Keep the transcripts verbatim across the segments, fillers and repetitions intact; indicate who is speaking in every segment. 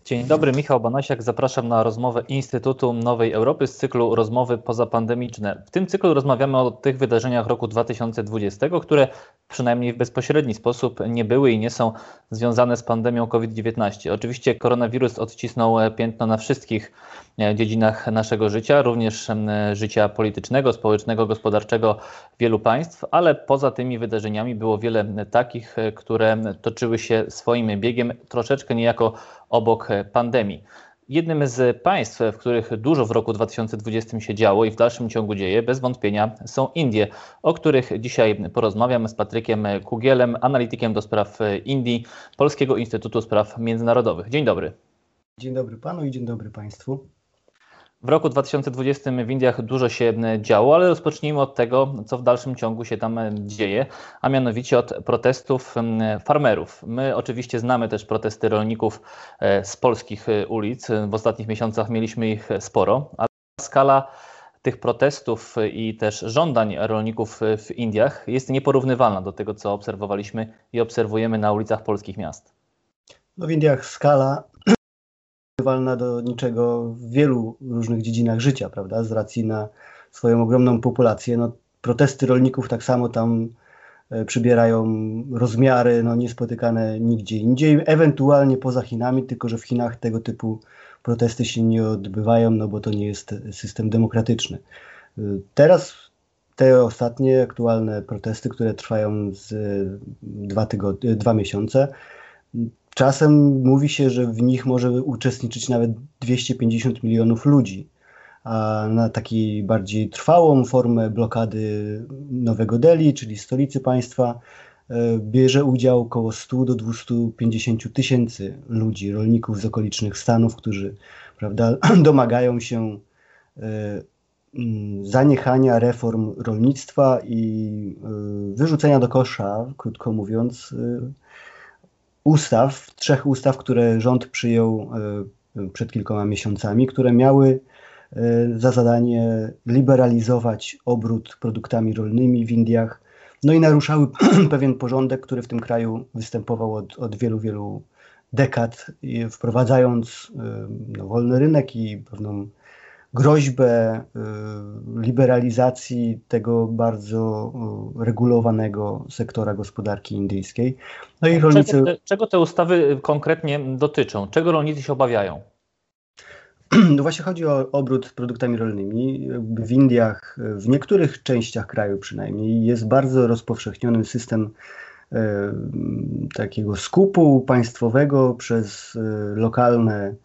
Speaker 1: Dzień dobry, Michał Banasiak. Zapraszam na rozmowę Instytutu Nowej Europy z cyklu Rozmowy Pozapandemiczne. W tym cyklu rozmawiamy o tych wydarzeniach roku dwa tysiące dwudziestego, które przynajmniej w bezpośredni sposób nie były i nie są związane z pandemią COVID dziewiętnaście. Oczywiście koronawirus odcisnął piętno na wszystkich dziedzinach naszego życia, również życia politycznego, społecznego, gospodarczego wielu państw, ale poza tymi wydarzeniami było wiele takich, które toczyły się swoim biegiem troszeczkę niejako obok pandemii. Jednym z państw, w których dużo w roku dwa tysiące dwudziestym się działo i w dalszym ciągu dzieje, bez wątpienia są Indie, o których dzisiaj porozmawiam z Patrykiem Kugielem, analitykiem do spraw Indii Polskiego Instytutu Spraw Międzynarodowych. Dzień dobry.
Speaker 2: Dzień dobry panu i dzień dobry państwu.
Speaker 1: W roku dwa tysiące dwudziestym w Indiach dużo się działo, ale rozpocznijmy od tego, co w dalszym ciągu się tam dzieje, a mianowicie od protestów farmerów. My oczywiście znamy też protesty rolników z polskich ulic. W ostatnich miesiącach mieliśmy ich sporo, ale skala tych protestów i też żądań rolników w Indiach jest nieporównywalna do tego, co obserwowaliśmy i obserwujemy na ulicach polskich miast.
Speaker 2: No w Indiach skala walna do niczego w wielu różnych dziedzinach życia, prawda, z racji na swoją ogromną populację. No, protesty rolników tak samo tam e, przybierają rozmiary no, niespotykane nigdzie indziej, ewentualnie poza Chinami, tylko że w Chinach tego typu protesty się nie odbywają, no bo to nie jest system demokratyczny. E, teraz te ostatnie aktualne protesty, które trwają z e, dwa, tygodnie, dwa miesiące, czasem mówi się, że w nich może uczestniczyć nawet dwieście pięćdziesiąt milionów ludzi, a na takiej bardziej trwałą formę blokady Nowego Delhi, czyli stolicy państwa, bierze udział około stu do dwustu pięćdziesięciu tysięcy ludzi, rolników z okolicznych stanów, którzy, prawda, domagają się zaniechania reform rolnictwa i wyrzucenia do kosza, krótko mówiąc, ustaw, trzech ustaw, które rząd przyjął przed kilkoma miesiącami, które miały za zadanie liberalizować obrót produktami rolnymi w Indiach, no i naruszały pewien porządek, który w tym kraju występował od, od wielu, wielu dekad, wprowadzając no, wolny rynek i pewną groźbę y, liberalizacji tego bardzo y, regulowanego sektora gospodarki indyjskiej.
Speaker 1: No i rolnicy... czego, te, czego te ustawy konkretnie dotyczą? Czego rolnicy się obawiają?
Speaker 2: No właśnie chodzi o obrót produktami rolnymi. W Indiach, w niektórych częściach kraju przynajmniej, jest bardzo rozpowszechniony system y, takiego skupu państwowego przez y, lokalne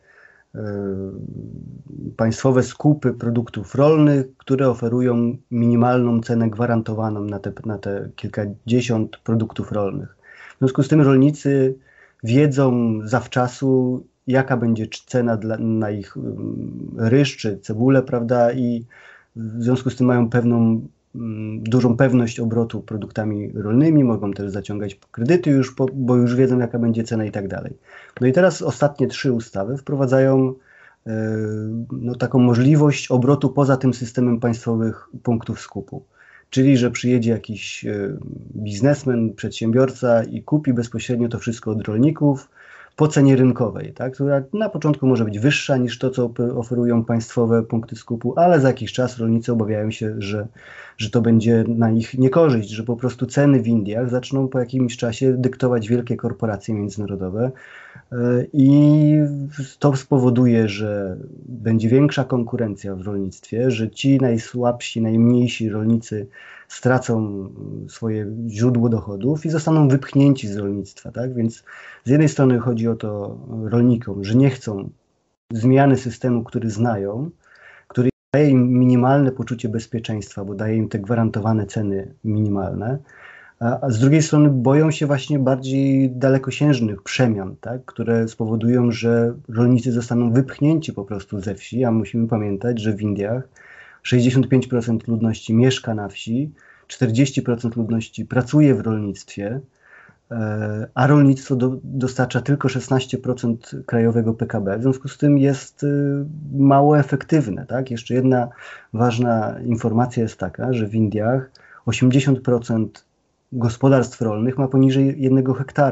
Speaker 2: państwowe skupy produktów rolnych, które oferują minimalną cenę gwarantowaną na te, na te kilkadziesiąt produktów rolnych. W związku z tym rolnicy wiedzą zawczasu, jaka będzie cena dla, na ich ryż czy cebulę, prawda, i w związku z tym mają pewną dużą pewność obrotu produktami rolnymi, mogą też zaciągać kredyty już, po, bo już wiedzą, jaka będzie cena i tak dalej. No i teraz ostatnie trzy ustawy wprowadzają e, no, taką możliwość obrotu poza tym systemem państwowych punktów skupu. Czyli, że przyjedzie jakiś e, biznesmen, przedsiębiorca i kupi bezpośrednio to wszystko od rolników po cenie rynkowej, tak, która na początku może być wyższa niż to, co oferują państwowe punkty skupu, ale za jakiś czas rolnicy obawiają się, że, że to będzie na nich niekorzyść, że po prostu ceny w Indiach zaczną po jakimś czasie dyktować wielkie korporacje międzynarodowe i to spowoduje, że będzie większa konkurencja w rolnictwie, że ci najsłabsi, najmniejsi rolnicy stracą swoje źródło dochodów i zostaną wypchnięci z rolnictwa, tak? Więc z jednej strony chodzi o to rolnikom, że nie chcą zmiany systemu, który znają, który daje im minimalne poczucie bezpieczeństwa, bo daje im te gwarantowane ceny minimalne, a, a z drugiej strony boją się właśnie bardziej dalekosiężnych przemian, tak? Które spowodują, że rolnicy zostaną wypchnięci po prostu ze wsi, a musimy pamiętać, że w Indiach sześćdziesiąt pięć procent ludności mieszka na wsi, czterdzieści procent ludności pracuje w rolnictwie, a rolnictwo do, dostarcza tylko szesnaście procent krajowego P K B. W związku z tym jest mało efektywne. Tak? Jeszcze jedna ważna informacja jest taka, że w Indiach osiemdziesiąt procent gospodarstw rolnych ma poniżej jednego hektara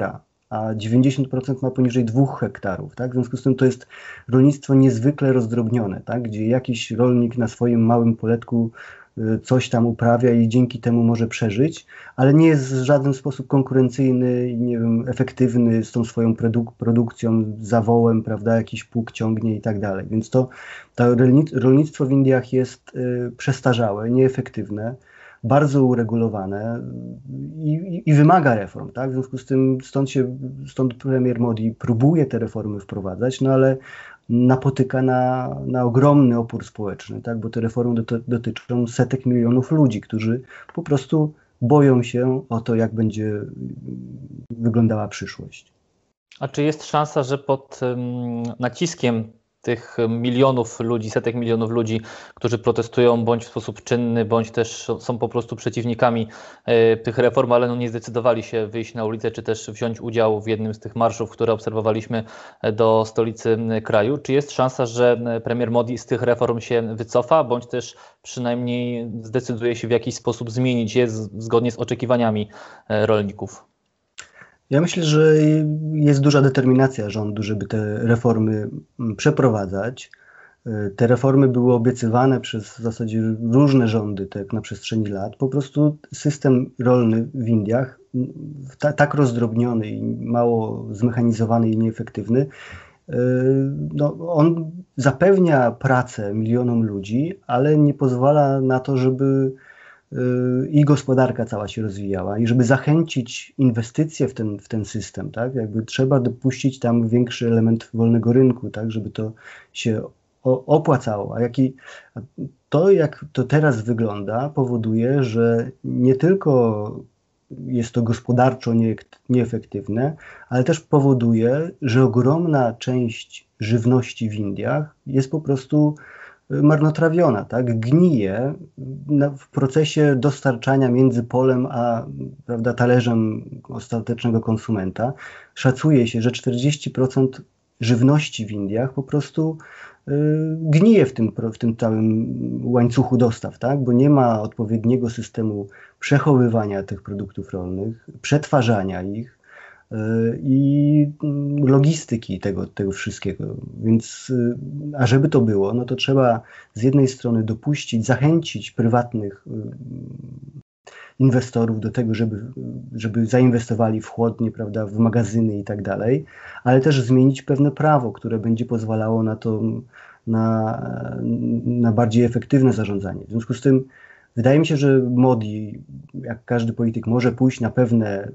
Speaker 2: a dziewięćdziesiąt procent ma poniżej dwóch hektarów. Tak? W związku z tym to jest rolnictwo niezwykle rozdrobnione, tak? Gdzie jakiś rolnik na swoim małym poletku coś tam uprawia i dzięki temu może przeżyć, ale nie jest w żaden sposób konkurencyjny, nie wiem, efektywny z tą swoją produk produkcją, zawołem, prawda, jakiś pług ciągnie i tak dalej. Więc to, to rolnictwo w Indiach jest y, przestarzałe, nieefektywne, bardzo uregulowane i, i, i wymaga reform, tak? W związku z tym stąd się, stąd premier Modi próbuje te reformy wprowadzać, no ale napotyka na, na ogromny opór społeczny, tak? Bo te reformy doty, dotyczą setek milionów ludzi, którzy po prostu boją się o to, jak będzie wyglądała przyszłość.
Speaker 1: A czy jest szansa, że pod um, naciskiem tych milionów ludzi, setek milionów ludzi, którzy protestują bądź w sposób czynny, bądź też są po prostu przeciwnikami e, tych reform, ale no nie zdecydowali się wyjść na ulicę, czy też wziąć udział w jednym z tych marszów, które obserwowaliśmy do stolicy kraju. Czy jest szansa, że premier Modi z tych reform się wycofa, bądź też przynajmniej zdecyduje się w jakiś sposób zmienić je zgodnie z oczekiwaniami rolników?
Speaker 2: Ja myślę, że jest duża determinacja rządu, żeby te reformy przeprowadzać. Te reformy były obiecywane przez w zasadzie różne rządy tak na przestrzeni lat. Po prostu system rolny w Indiach, ta, tak rozdrobniony i mało zmechanizowany i nieefektywny, no, on zapewnia pracę milionom ludzi, ale nie pozwala na to, żeby i gospodarka cała się rozwijała i żeby zachęcić inwestycje w ten, w ten system, tak? Jakby trzeba dopuścić tam większy element wolnego rynku, tak? Żeby to się opłacało. A jaki, to, jak to teraz wygląda, powoduje, że nie tylko jest to gospodarczo nie, nieefektywne, ale też powoduje, że ogromna część żywności w Indiach jest po prostu marnotrawiona, tak? Gnije w procesie dostarczania między polem a, prawda, talerzem ostatecznego konsumenta. Szacuje się, że czterdzieści procent żywności w Indiach po prostu y, gnije w tym, w tym całym łańcuchu dostaw, tak? Bo nie ma odpowiedniego systemu przechowywania tych produktów rolnych, przetwarzania ich i logistyki tego, tego wszystkiego. Więc, a żeby to było, no to trzeba z jednej strony dopuścić, zachęcić prywatnych inwestorów do tego, żeby, żeby zainwestowali w chłodnie, prawda, w magazyny i tak dalej, ale też zmienić pewne prawo, które będzie pozwalało na to, na, na bardziej efektywne zarządzanie. W związku z tym wydaje mi się, że Modi, jak każdy polityk, może pójść na pewne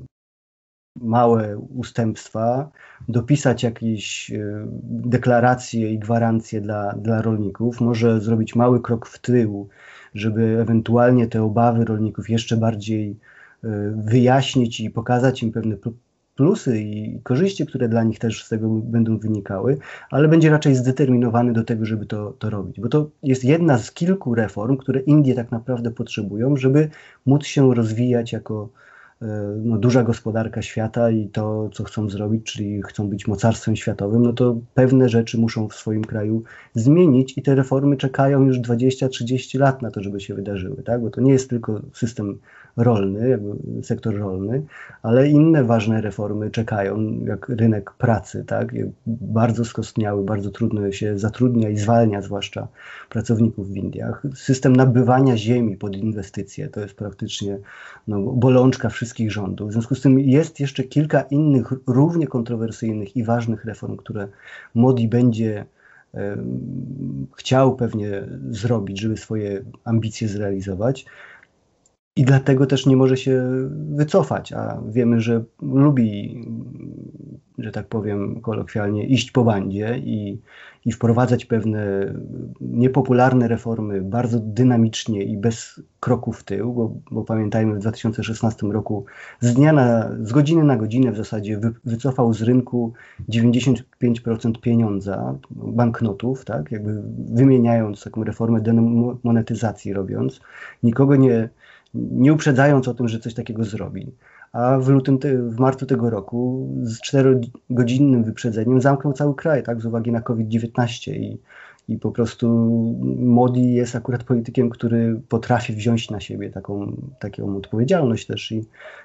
Speaker 2: małe ustępstwa, dopisać jakieś deklaracje i gwarancje dla, dla rolników, może zrobić mały krok w tył, żeby ewentualnie te obawy rolników jeszcze bardziej wyjaśnić i pokazać im pewne plusy i korzyści, które dla nich też z tego będą wynikały, ale będzie raczej zdeterminowany do tego, żeby to, to robić. Bo to jest jedna z kilku reform, które Indie tak naprawdę potrzebują, żeby móc się rozwijać jako no, duża gospodarka świata i to, co chcą zrobić, czyli chcą być mocarstwem światowym, no to pewne rzeczy muszą w swoim kraju zmienić i te reformy czekają już dwadzieścia trzydzieści lat na to, żeby się wydarzyły, tak? Bo to nie jest tylko system rolny, jakby sektor rolny, ale inne ważne reformy czekają, jak rynek pracy, tak? Bardzo skostniały, bardzo trudno się zatrudnia i zwalnia, zwłaszcza pracowników w Indiach. System nabywania ziemi pod inwestycje, to jest praktycznie no, bolączka wszystkich rządów. W związku z tym jest jeszcze kilka innych równie kontrowersyjnych i ważnych reform, które Modi będzie e, chciał pewnie zrobić, żeby swoje ambicje zrealizować. I dlatego też nie może się wycofać, a wiemy, że lubi, że tak powiem kolokwialnie, iść po bandzie i, i wprowadzać pewne niepopularne reformy bardzo dynamicznie i bez kroku w tył, bo, bo pamiętajmy, w dwa tysiące szesnastym roku z dnia na, z godziny na godzinę w zasadzie wy, wycofał z rynku dziewięćdziesiąt pięć procent pieniądza, banknotów, tak, jakby wymieniając taką reformę demonetyzacji robiąc, nikogo nie nie uprzedzając o tym, że coś takiego zrobi. A w lutym, te, w marcu tego roku z czterogodzinnym wyprzedzeniem zamknął cały kraj, tak, z uwagi na COVID dziewiętnaście i, i po prostu Modi jest akurat politykiem, który potrafi wziąć na siebie taką, taką odpowiedzialność też i,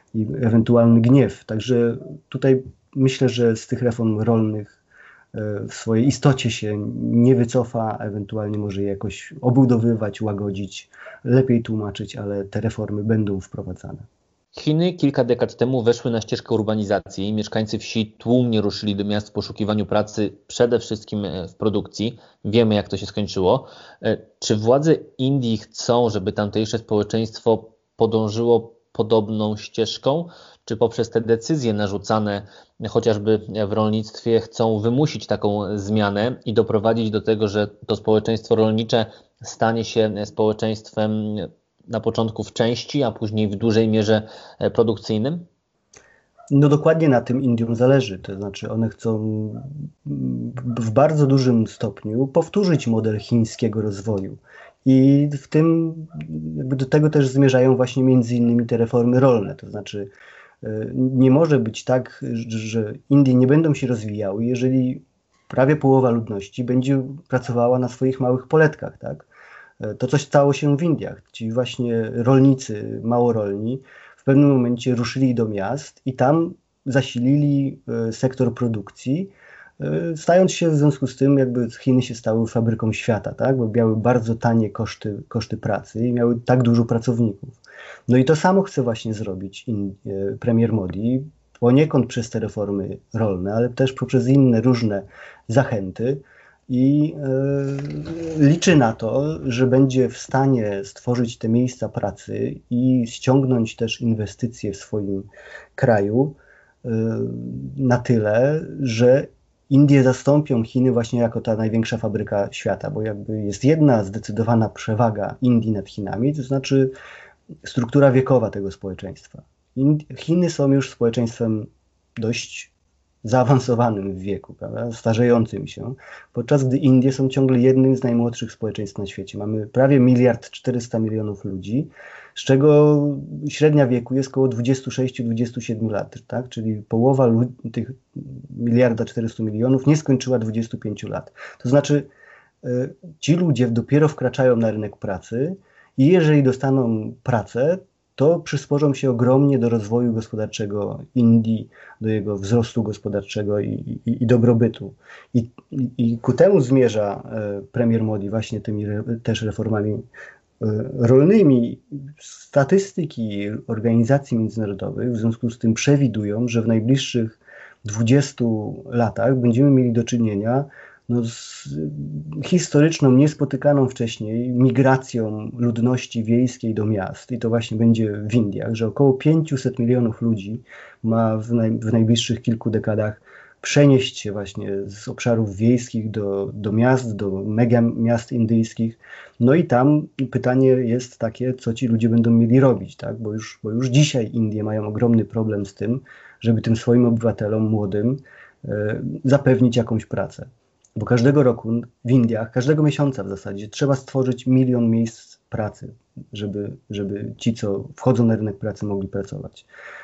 Speaker 2: i ewentualny gniew. Także tutaj myślę, że z tych reform rolnych w swojej istocie się nie wycofa, ewentualnie może je jakoś obudowywać, łagodzić, lepiej tłumaczyć, ale te reformy będą wprowadzane.
Speaker 3: Chiny kilka dekad temu weszły na ścieżkę urbanizacji. Mieszkańcy wsi tłumnie ruszyli do miast w poszukiwaniu pracy, przede wszystkim w produkcji. Wiemy, jak to się skończyło. Czy władze Indii chcą, żeby tamtejsze społeczeństwo podążyło podobną ścieżką, czy poprzez te decyzje narzucane chociażby w rolnictwie chcą wymusić taką zmianę i doprowadzić do tego, że to społeczeństwo rolnicze stanie się społeczeństwem na początku w części, a później w dużej mierze produkcyjnym?
Speaker 2: No dokładnie na tym Indiom zależy, to znaczy one chcą w bardzo dużym stopniu powtórzyć model chińskiego rozwoju i w tym jakby do tego też zmierzają właśnie między innymi te reformy rolne, to znaczy nie może być tak, że Indie nie będą się rozwijały, jeżeli prawie połowa ludności będzie pracowała na swoich małych poletkach, tak? To coś stało się w Indiach. Ci właśnie rolnicy, małorolni w pewnym momencie ruszyli do miast i tam zasilili sektor produkcji, stając się w związku z tym, jakby Chiny się stały fabryką świata, tak? Bo miały bardzo tanie koszty, koszty pracy i miały tak dużo pracowników. No i to samo chce właśnie zrobić premier Modi, poniekąd przez te reformy rolne, ale też poprzez inne różne zachęty. I y, liczy na to, że będzie w stanie stworzyć te miejsca pracy i ściągnąć też inwestycje w swoim kraju y, na tyle, że Indie zastąpią Chiny właśnie jako ta największa fabryka świata, bo jakby jest jedna zdecydowana przewaga Indii nad Chinami, to znaczy struktura wiekowa tego społeczeństwa. Ind- Chiny są już społeczeństwem dość zaawansowanym w wieku, prawda? Starzejącym się, podczas gdy Indie są ciągle jednym z najmłodszych społeczeństw na świecie. Mamy prawie miliard czterysta milionów ludzi, z czego średnia wieku jest około dwadzieścia sześć do dwudziestu siedmiu lat, tak? Czyli połowa lud- tych miliarda czterystu milionów nie skończyła dwudziestu pięciu lat. To znaczy y, ci ludzie dopiero wkraczają na rynek pracy i jeżeli dostaną pracę, to przysporzą się ogromnie do rozwoju gospodarczego Indii, do jego wzrostu gospodarczego i, i, i dobrobytu. I, i, I ku temu zmierza e, premier Modi właśnie tymi re, też reformami e, rolnymi. Statystyki organizacji międzynarodowych w związku z tym przewidują, że w najbliższych dwudziestu latach będziemy mieli do czynienia no, z historyczną, niespotykaną wcześniej migracją ludności wiejskiej do miast. I to właśnie będzie w Indiach, że około pięćset milionów ludzi ma w, naj, w najbliższych kilku dekadach przenieść się właśnie z obszarów wiejskich do, do miast, do mega miast indyjskich. No i tam pytanie jest takie, co ci ludzie będą mieli robić, tak? Bo już, bo już dzisiaj Indie mają ogromny problem z tym, żeby tym swoim obywatelom młodym e, zapewnić jakąś pracę. Bo każdego roku w Indiach, każdego miesiąca w zasadzie trzeba stworzyć milion miejsc pracy, żeby, żeby ci, co wchodzą na rynek pracy, mogli pracować.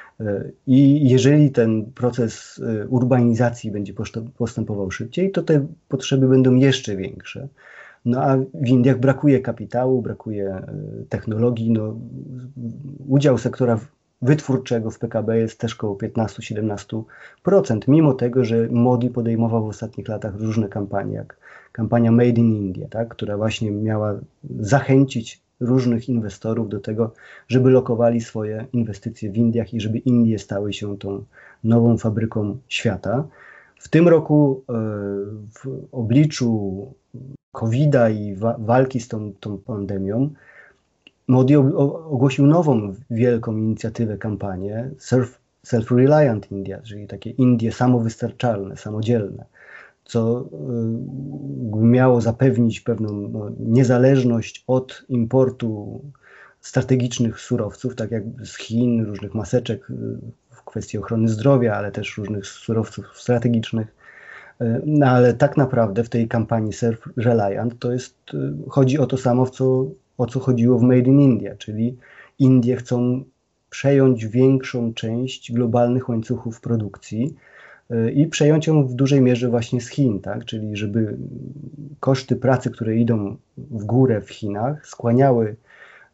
Speaker 2: I jeżeli ten proces urbanizacji będzie postępował szybciej, to te potrzeby będą jeszcze większe. No a w Indiach brakuje kapitału, brakuje technologii. No, udział sektora wytwórczego w P K B jest też około piętnaście do siedemnastu procent, mimo tego, że Modi podejmował w ostatnich latach różne kampanie, jak kampania Made in India, tak, która właśnie miała zachęcić różnych inwestorów do tego, żeby lokowali swoje inwestycje w Indiach i żeby Indie stały się tą nową fabryką świata. W tym roku w obliczu kowida i wa- walki z tą, tą pandemią Modi ogłosił nową wielką inicjatywę, kampanię Self-Reliant India, czyli takie Indie samowystarczalne, samodzielne, co miało zapewnić pewną no, niezależność od importu strategicznych surowców, tak jak z Chin, różnych maseczek w kwestii ochrony zdrowia, ale też różnych surowców strategicznych. No ale tak naprawdę w tej kampanii Self-Reliant to jest, chodzi o to samo, co, o co chodziło w Made in India, czyli Indie chcą przejąć większą część globalnych łańcuchów produkcji i przejąć ją w dużej mierze właśnie z Chin, tak? Czyli żeby koszty pracy, które idą w górę w Chinach, skłaniały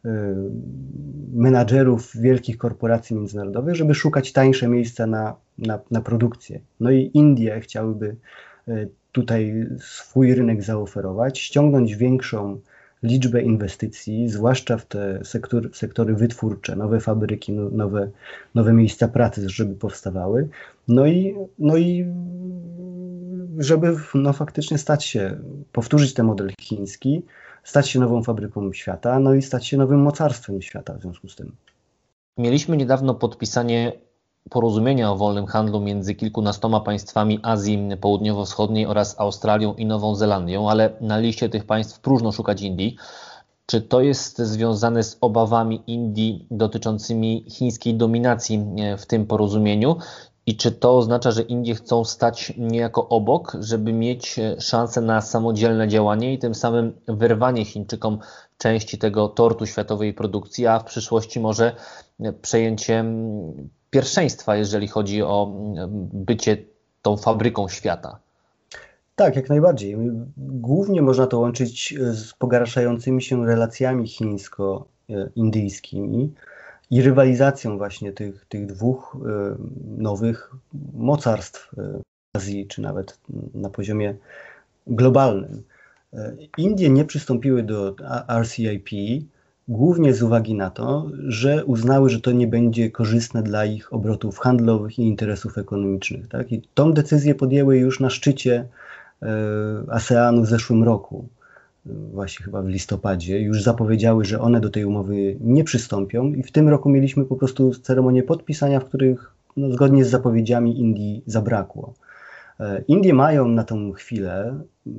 Speaker 2: menadżerów wielkich korporacji międzynarodowych, żeby szukać tańsze miejsca na, na, na produkcję. No i Indie chciałyby tutaj swój rynek zaoferować, ściągnąć większą liczbę inwestycji, zwłaszcza w te sektor, sektory wytwórcze, nowe fabryki, nowe, nowe miejsca pracy, żeby powstawały. No i, no i żeby no, faktycznie stać się, powtórzyć ten model chiński, stać się nową fabryką świata, no i stać się nowym mocarstwem świata w związku z tym.
Speaker 3: Mieliśmy niedawno podpisanie porozumienia o wolnym handlu między kilkunastoma państwami Azji Południowo-Wschodniej oraz Australią i Nową Zelandią, ale na liście tych państw próżno szukać Indii. Czy to jest związane z obawami Indii dotyczącymi chińskiej dominacji w tym porozumieniu? I czy to oznacza, że Indie chcą stać niejako obok, żeby mieć szansę na samodzielne działanie i tym samym wyrwanie Chińczykom części tego tortu światowej produkcji, a w przyszłości może przejęcie pierwszeństwa, jeżeli chodzi o bycie tą fabryką świata?
Speaker 2: Tak, jak najbardziej. Głównie można to łączyć z pogarszającymi się relacjami chińsko-indyjskimi i rywalizacją właśnie tych, tych dwóch nowych mocarstw Azji, czy nawet na poziomie globalnym. Indie nie przystąpiły do R C I P głównie z uwagi na to, że uznały, że to nie będzie korzystne dla ich obrotów handlowych i interesów ekonomicznych. Tak? I tą decyzję podjęły już na szczycie ASEANu w zeszłym roku, właśnie chyba w listopadzie, już zapowiedziały, że one do tej umowy nie przystąpią i w tym roku mieliśmy po prostu ceremonię podpisania, w których no, zgodnie z zapowiedziami Indii zabrakło. Indie mają na tę chwilę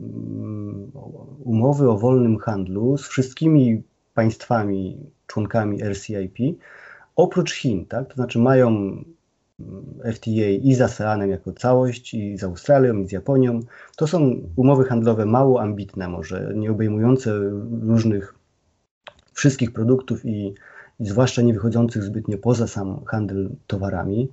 Speaker 2: umowy o wolnym handlu z wszystkimi państwami, członkami R C I P, oprócz Chin, tak? To znaczy mają F T A i z ASEANem jako całość, i z Australią, i z Japonią. To są umowy handlowe mało ambitne, może nie obejmujące różnych, wszystkich produktów i, i zwłaszcza nie wychodzących zbytnio poza sam handel towarami.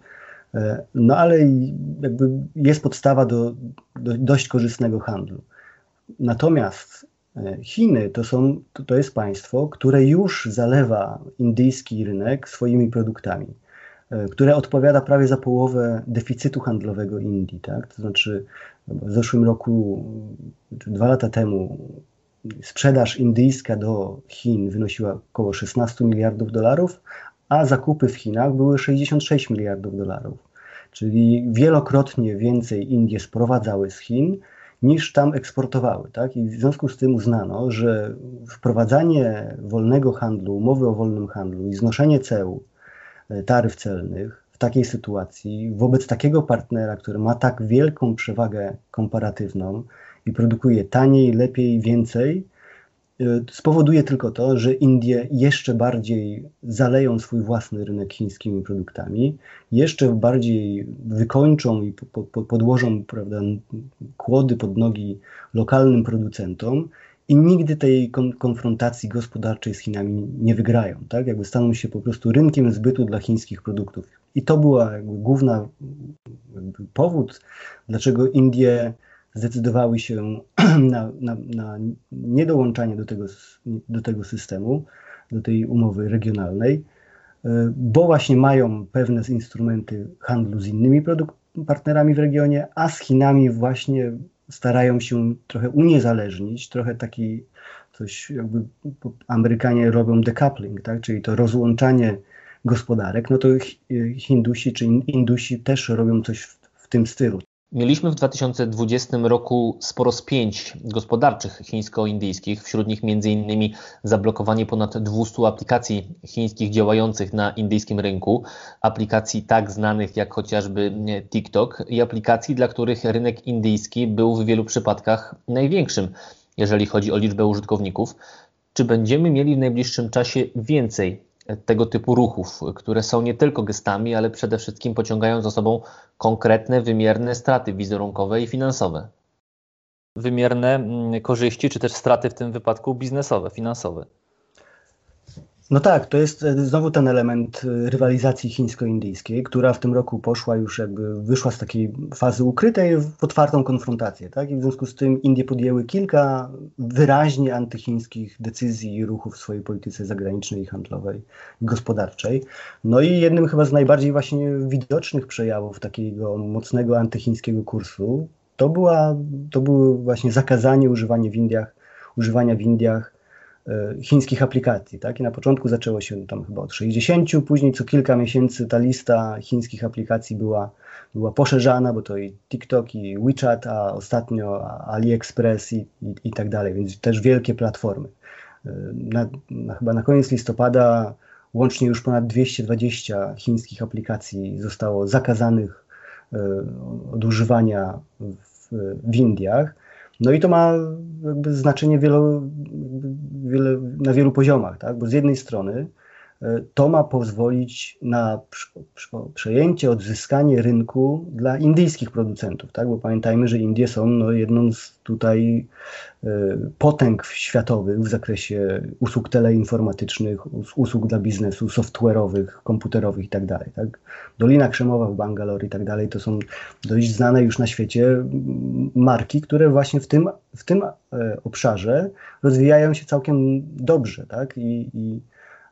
Speaker 2: No ale jakby jest podstawa do, do dość korzystnego handlu. Natomiast Chiny to, są, to, to jest państwo, które już zalewa indyjski rynek swoimi produktami, które odpowiada prawie za połowę deficytu handlowego Indii. Tak? To znaczy w zeszłym roku, czy dwa lata temu, sprzedaż indyjska do Chin wynosiła około szesnaście miliardów dolarów, a zakupy w Chinach były sześćdziesiąt sześć miliardów dolarów. Czyli wielokrotnie więcej Indie sprowadzały z Chin, niż tam eksportowały. Tak? I w związku z tym uznano, że wprowadzanie wolnego handlu, umowy o wolnym handlu i znoszenie ceł, taryf celnych w takiej sytuacji wobec takiego partnera, który ma tak wielką przewagę komparatywną i produkuje taniej, lepiej, więcej, spowoduje tylko to, że Indie jeszcze bardziej zaleją swój własny rynek chińskimi produktami, jeszcze bardziej wykończą i po, po, podłożą, prawda, kłody pod nogi lokalnym producentom i nigdy tej kon konfrontacji gospodarczej z Chinami nie wygrają. Tak? Jakby staną się po prostu rynkiem zbytu dla chińskich produktów. I to była jakby główna jakby powód, dlaczego Indie zdecydowały się na, na, na niedołączanie do tego, do tego systemu, do tej umowy regionalnej, bo właśnie mają pewne instrumenty handlu z innymi partnerami w regionie, a z Chinami właśnie starają się trochę uniezależnić, trochę taki coś jakby Amerykanie robią decoupling, tak? Czyli to rozłączanie gospodarek, no to Hindusi czy Indusi też robią coś w, w tym stylu.
Speaker 3: Mieliśmy w dwa tysiące dwudziestym roku sporo spięć gospodarczych chińsko-indyjskich, wśród nich między innymi zablokowanie ponad dwieście aplikacji chińskich działających na indyjskim rynku, aplikacji tak znanych jak chociażby TikTok i aplikacji, dla których rynek indyjski był w wielu przypadkach największym, jeżeli chodzi o liczbę użytkowników. Czy będziemy mieli w najbliższym czasie więcej tego typu ruchów, które są nie tylko gestami, ale przede wszystkim pociągają za sobą konkretne, wymierne straty wizerunkowe i finansowe?
Speaker 1: Wymierne korzyści, czy też straty w tym wypadku biznesowe, finansowe?
Speaker 2: No tak, to jest znowu ten element rywalizacji chińsko-indyjskiej, która w tym roku poszła już jakby, wyszła z takiej fazy ukrytej w otwartą konfrontację, tak? I w związku z tym Indie podjęły kilka wyraźnie antychińskich decyzji i ruchów w swojej polityce zagranicznej i handlowej, i gospodarczej. No i jednym chyba z najbardziej właśnie widocznych przejawów takiego mocnego antychińskiego kursu to była, to było właśnie zakazanie używania w Indiach, używania w Indiach chińskich aplikacji, tak? I na początku zaczęło się tam chyba od sześćdziesięciu, później co kilka miesięcy ta lista chińskich aplikacji była, była poszerzana, bo to i TikTok, i WeChat, a ostatnio AliExpress i, i, i tak dalej, więc też wielkie platformy. Na, na, chyba na koniec listopada łącznie już ponad dwieście dwadzieścia chińskich aplikacji zostało zakazanych od używania w, w Indiach. No i to ma jakby znaczenie wielo, wiele, na wielu poziomach, tak? Bo z jednej strony to ma pozwolić na przejęcie, odzyskanie rynku dla indyjskich producentów, tak? Bo pamiętajmy, że Indie są no, jedną z tutaj potęg światowych w zakresie usług teleinformatycznych, usług dla biznesu, software'owych, komputerowych i tak dalej. Tak? Dolina Krzemowa w Bangalore i tak dalej to są dość znane już na świecie marki, które właśnie w tym, w tym obszarze rozwijają się całkiem dobrze. Tak? I, i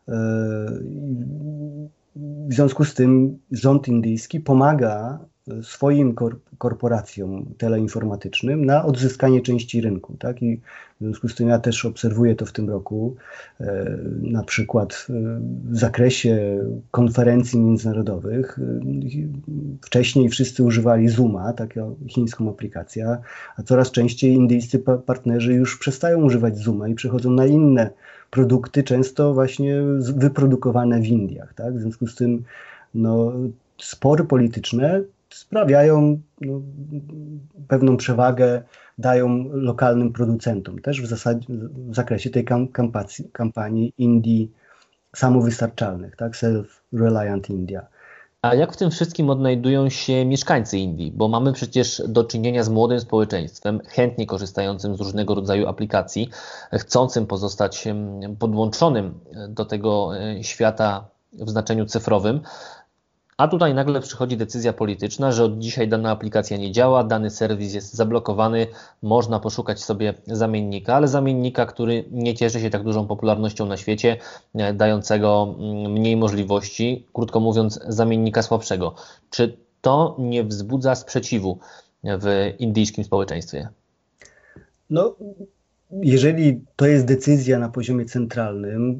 Speaker 2: w związku z tym rząd indyjski pomaga swoim korporacjom teleinformatycznym na odzyskanie części rynku. Tak? I w związku z tym ja też obserwuję to w tym roku, e, na przykład w zakresie konferencji międzynarodowych. Wcześniej wszyscy używali Zooma, taką chińską aplikację, a coraz częściej indyjscy pa- partnerzy już przestają używać Zooma i przechodzą na inne produkty, często właśnie wyprodukowane w Indiach. Tak? W związku z tym no, spory polityczne sprawiają no, pewną przewagę, dają lokalnym producentom, też w zasadzie w zakresie tej kam- kampanii, kampanii Indii samowystarczalnych, tak? Self-reliant India.
Speaker 3: A jak w tym wszystkim odnajdują się mieszkańcy Indii? Bo mamy przecież do czynienia z młodym społeczeństwem, chętnie korzystającym z różnego rodzaju aplikacji, chcącym pozostać podłączonym do tego świata w znaczeniu cyfrowym. A tutaj nagle przychodzi decyzja polityczna, że od dzisiaj dana aplikacja nie działa, dany serwis jest zablokowany, można poszukać sobie zamiennika, ale zamiennika, który nie cieszy się tak dużą popularnością na świecie, dającego mniej możliwości, krótko mówiąc, zamiennika słabszego. Czy to nie wzbudza sprzeciwu w indyjskim społeczeństwie?
Speaker 2: No, jeżeli to jest decyzja na poziomie centralnym,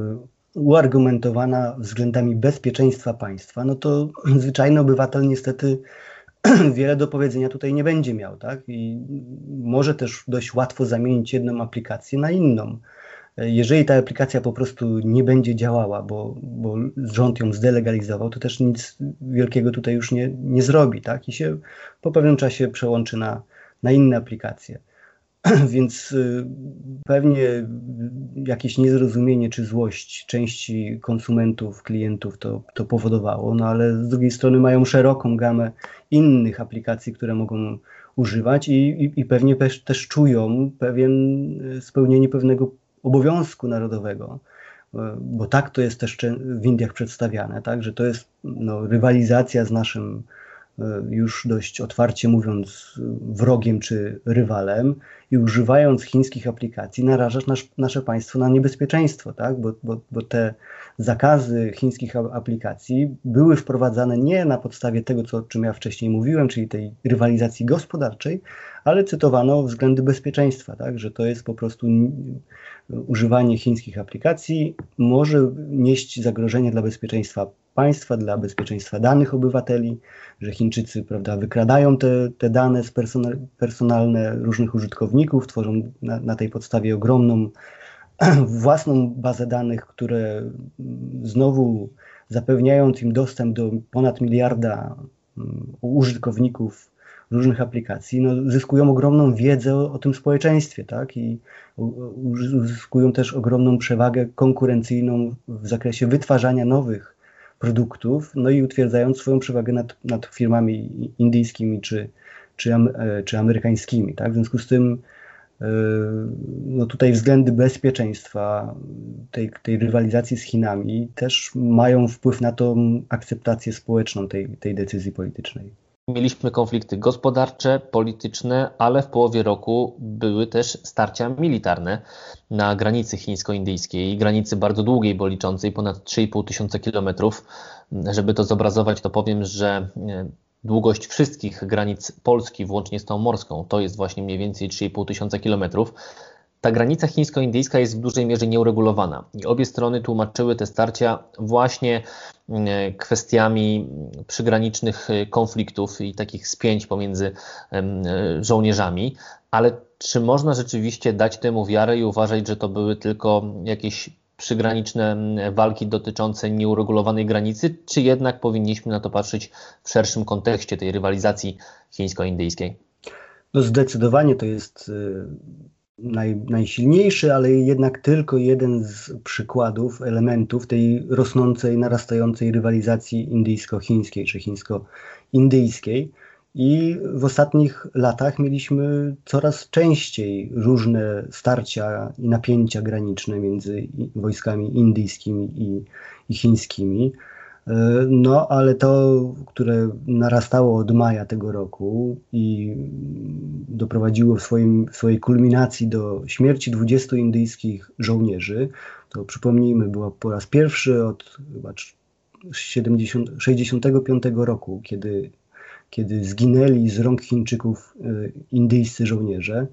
Speaker 2: uargumentowana względami bezpieczeństwa państwa, no to zwyczajny obywatel niestety wiele do powiedzenia tutaj nie będzie miał, tak? I może też dość łatwo zamienić jedną aplikację na inną. Jeżeli ta aplikacja po prostu nie będzie działała, bo, bo rząd ją zdelegalizował, to też nic wielkiego tutaj już nie, nie zrobi, tak? I się po pewnym czasie przełączy na, na inne aplikacje. Więc pewnie jakieś niezrozumienie czy złość części konsumentów, klientów to, to powodowało, no ale z drugiej strony mają szeroką gamę innych aplikacji, które mogą używać i, i, i pewnie też, też czują pewien spełnienie pewnego obowiązku narodowego, bo tak to jest też w Indiach przedstawiane, tak, że to jest no, rywalizacja z naszym, już dość otwarcie mówiąc, wrogiem czy rywalem i używając chińskich aplikacji narażasz nasz, nasze państwo na niebezpieczeństwo, tak? bo, bo, bo te zakazy chińskich aplikacji były wprowadzane nie na podstawie tego, co, o czym ja wcześniej mówiłem, czyli tej rywalizacji gospodarczej, ale cytowano względy bezpieczeństwa, tak? Że to jest po prostu używanie chińskich aplikacji może nieść zagrożenie dla bezpieczeństwa państwa, dla bezpieczeństwa danych obywateli, że Chińczycy, prawda, wykradają te, te dane personal, personalne różnych użytkowników, tworzą na, na tej podstawie ogromną własną bazę danych, które znowu zapewniając im dostęp do ponad miliarda użytkowników różnych aplikacji, no, zyskują ogromną wiedzę o, o tym społeczeństwie, tak? I uzyskują też ogromną przewagę konkurencyjną w zakresie wytwarzania nowych produktów, no i utwierdzając swoją przewagę nad, nad firmami indyjskimi czy, czy, czy amerykańskimi. Tak? W związku z tym no tutaj względy bezpieczeństwa tej, tej rywalizacji z Chinami też mają wpływ na tą akceptację społeczną tej, tej decyzji politycznej.
Speaker 3: Mieliśmy konflikty gospodarcze, polityczne, ale w połowie roku były też starcia militarne na granicy chińsko-indyjskiej, granicy bardzo długiej, bo liczącej ponad trzy i pół tysiąca kilometrów. Żeby to zobrazować, to powiem, że długość wszystkich granic Polski, włącznie z tą morską, to jest właśnie mniej więcej trzy i pół tysiąca kilometrów. Ta granica chińsko-indyjska jest w dużej mierze nieuregulowana i obie strony tłumaczyły te starcia właśnie kwestiami przygranicznych konfliktów i takich spięć pomiędzy żołnierzami, ale czy można rzeczywiście dać temu wiarę i uważać, że to były tylko jakieś przygraniczne walki dotyczące nieuregulowanej granicy, czy jednak powinniśmy na to patrzeć w szerszym kontekście tej rywalizacji chińsko-indyjskiej?
Speaker 2: No zdecydowanie to jest Naj, najsilniejszy, ale jednak tylko jeden z przykładów, elementów tej rosnącej, narastającej rywalizacji indyjsko-chińskiej czy chińsko-indyjskiej. I w ostatnich latach mieliśmy coraz częściej różne starcia i napięcia graniczne między wojskami indyjskimi i, i chińskimi. No, ale to, które narastało od maja tego roku i doprowadziło w, swoim, w swojej kulminacji do śmierci dwudziestu indyjskich żołnierzy, to przypomnijmy, było po raz pierwszy od chyba sześćdziesiątego piątego roku, kiedy, kiedy zginęli z rąk Chińczyków indyjscy żołnierze.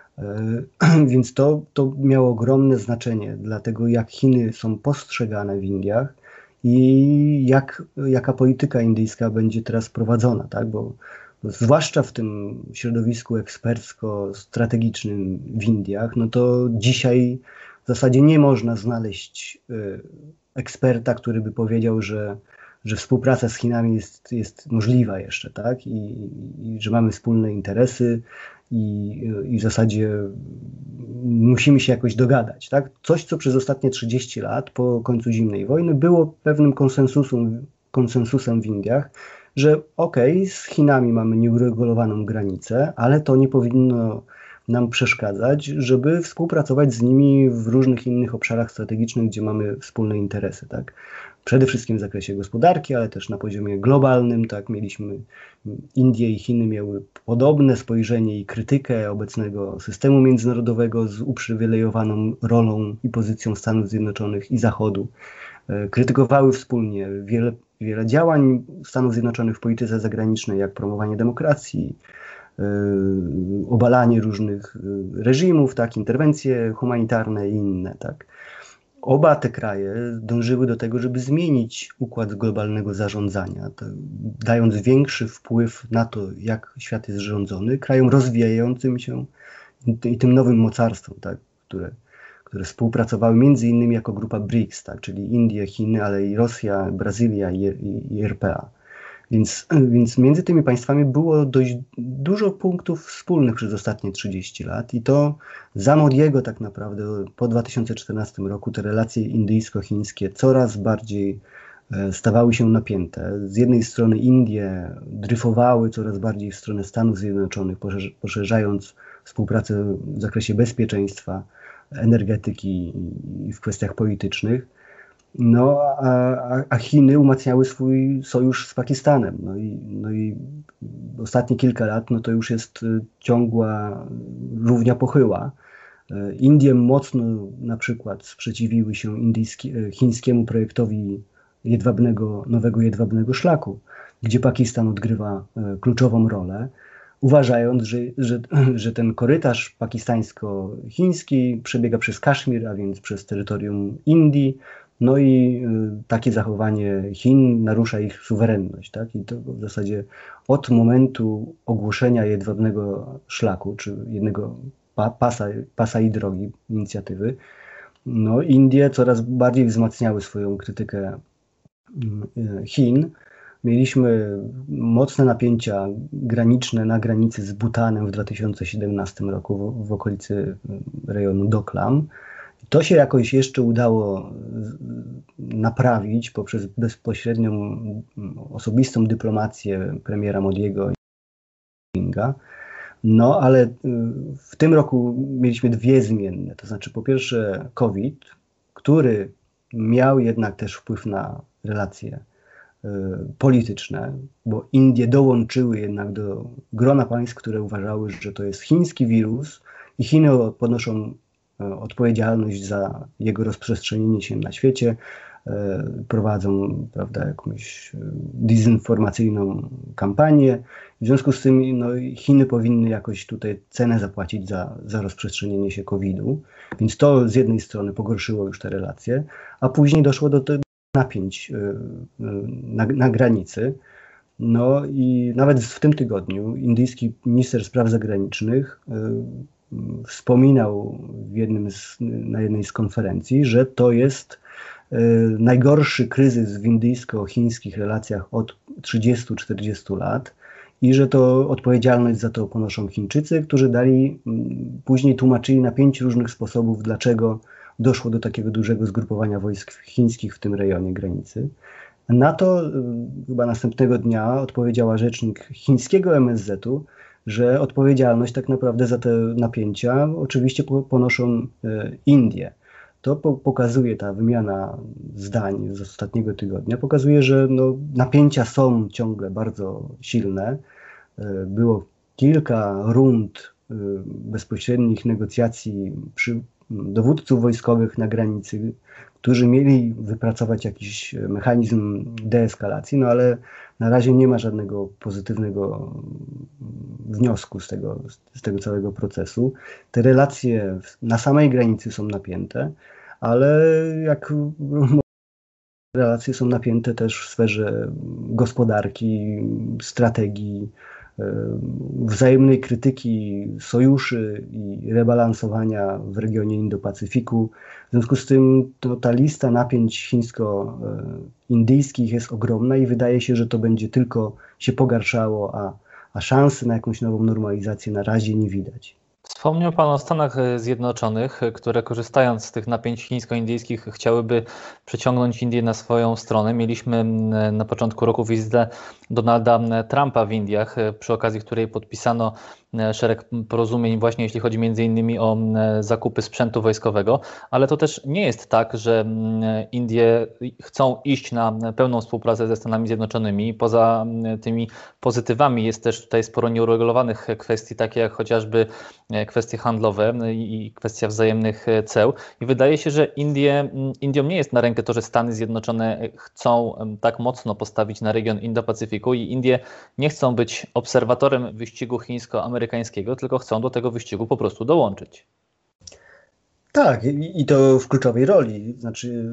Speaker 2: Więc to, to miało ogromne znaczenie dla tego, jak Chiny są postrzegane w Indiach i jak, jaka polityka indyjska będzie teraz prowadzona, tak? Bo, bo zwłaszcza w tym środowisku ekspercko-strategicznym w Indiach, no to dzisiaj w zasadzie nie można znaleźć y, eksperta, który by powiedział, że, że współpraca z Chinami jest, jest możliwa jeszcze, tak? I, i że mamy wspólne interesy i, i w zasadzie musimy się jakoś dogadać, tak? Coś, co przez ostatnie trzydzieści lat po końcu zimnej wojny było pewnym konsensusem, konsensusem w Indiach, że okej, okay, z Chinami mamy nieuregulowaną granicę, ale to nie powinno nam przeszkadzać, żeby współpracować z nimi w różnych innych obszarach strategicznych, gdzie mamy wspólne interesy, tak? Przede wszystkim w zakresie gospodarki, ale też na poziomie globalnym, tak? Mieliśmy, Indie i Chiny miały podobne spojrzenie i krytykę obecnego systemu międzynarodowego z uprzywilejowaną rolą i pozycją Stanów Zjednoczonych i Zachodu. Krytykowały wspólnie wiele, wiele działań Stanów Zjednoczonych w polityce zagranicznej, jak promowanie demokracji, obalanie różnych reżimów, tak, interwencje humanitarne i inne, tak. Oba te kraje dążyły do tego, żeby zmienić układ globalnego zarządzania, to, dając większy wpływ na to, jak świat jest rządzony, krajom rozwijającym się i tym nowym mocarstwom, tak, które, które współpracowały między innymi jako grupa briks, tak, czyli Indie, Chiny, ale i Rosja, Brazylia i, i, i R P A. Więc, więc między tymi państwami było dość dużo punktów wspólnych przez ostatnie trzydzieści lat i to za Modiego tak naprawdę po dwa tysiące czternastym roku te relacje indyjsko-chińskie coraz bardziej stawały się napięte. Z jednej strony Indie dryfowały coraz bardziej w stronę Stanów Zjednoczonych, poszerzając współpracę w zakresie bezpieczeństwa, energetyki i w kwestiach politycznych. No, a, a Chiny umacniały swój sojusz z Pakistanem. No i, no i ostatnie kilka lat no to już jest ciągła równia pochyła. Indie mocno na przykład sprzeciwiły się indyjski, chińskiemu projektowi jedwabnego, nowego jedwabnego szlaku, gdzie Pakistan odgrywa kluczową rolę, uważając, że, że, że ten korytarz pakistańsko-chiński przebiega przez Kaszmir, a więc przez terytorium Indii. No i y, takie zachowanie Chin narusza ich suwerenność, tak? I to w zasadzie od momentu ogłoszenia jedwabnego szlaku, czy jednego pa, pasa, pasa i drogi inicjatywy, no Indie coraz bardziej wzmacniały swoją krytykę y, Chin. Mieliśmy mocne napięcia graniczne na granicy z Bhutanem w dwa tysiące siedemnastym roku w, w okolicy rejonu Doklam. To się jakoś jeszcze udało naprawić poprzez bezpośrednią osobistą dyplomację premiera Modiego i Jinga. No ale w tym roku mieliśmy dwie zmienne, to znaczy po pierwsze COVID, który miał jednak też wpływ na relacje polityczne, bo Indie dołączyły jednak do grona państw, które uważały, że to jest chiński wirus i Chiny ponoszą odpowiedzialność za jego rozprzestrzenienie się na świecie, prowadzą, prawda, jakąś dezinformacyjną kampanię. W związku z tym no, Chiny powinny jakoś tutaj cenę zapłacić za, za rozprzestrzenienie się kowidu, więc to z jednej strony pogorszyło już te relacje, a później doszło do tego napięć na, na granicy. No i nawet w tym tygodniu indyjski minister spraw zagranicznych wspominał w jednym z, na jednej z konferencji, że to jest najgorszy kryzys w indyjsko-chińskich relacjach od trzydziestu czterdziestu lat i że to odpowiedzialność za to ponoszą Chińczycy, którzy dali, później tłumaczyli na pięć różnych sposobów, dlaczego doszło do takiego dużego zgrupowania wojsk chińskich w tym rejonie granicy. Na to chyba następnego dnia odpowiedziała rzecznik chińskiego M S Z-u, że odpowiedzialność tak naprawdę za te napięcia oczywiście ponoszą Indie. To po, pokazuje ta wymiana zdań z ostatniego tygodnia, pokazuje, że no, napięcia są ciągle bardzo silne. Było kilka rund bezpośrednich negocjacji przy dowódców wojskowych na granicy, którzy mieli wypracować jakiś mechanizm deeskalacji, no ale na razie nie ma żadnego pozytywnego wniosku z tego, z tego całego procesu. Te relacje na samej granicy są napięte, ale jak relacje są napięte też w sferze gospodarki, strategii, wzajemnej krytyki sojuszy i rebalansowania w regionie Indo-Pacyfiku. W związku z tym to, ta lista napięć chińsko-indyjskich jest ogromna i wydaje się, że to będzie tylko się pogarszało, a, a szansy na jakąś nową normalizację na razie nie widać.
Speaker 1: Wspomniał Pan o Stanach Zjednoczonych, które korzystając z tych napięć chińsko-indyjskich chciałyby przyciągnąć Indię na swoją stronę. Mieliśmy na początku roku wizytę Donalda Trumpa w Indiach, przy okazji której podpisano szereg porozumień właśnie jeśli chodzi między innymi o zakupy sprzętu wojskowego, ale to też nie jest tak, że Indie chcą iść na pełną współpracę ze Stanami Zjednoczonymi. Poza tymi pozytywami jest też tutaj sporo nieuregulowanych kwestii, takie jak chociażby kwestie handlowe i kwestia wzajemnych ceł. I wydaje się, że Indie, Indiom nie jest na rękę to, że Stany Zjednoczone chcą tak mocno postawić na region Indo-Pacyfiku i Indie nie chcą być obserwatorem wyścigu chińsko-amerykańskiego, tylko chcą do tego wyścigu po prostu dołączyć.
Speaker 2: Tak, i to w kluczowej roli. Znaczy,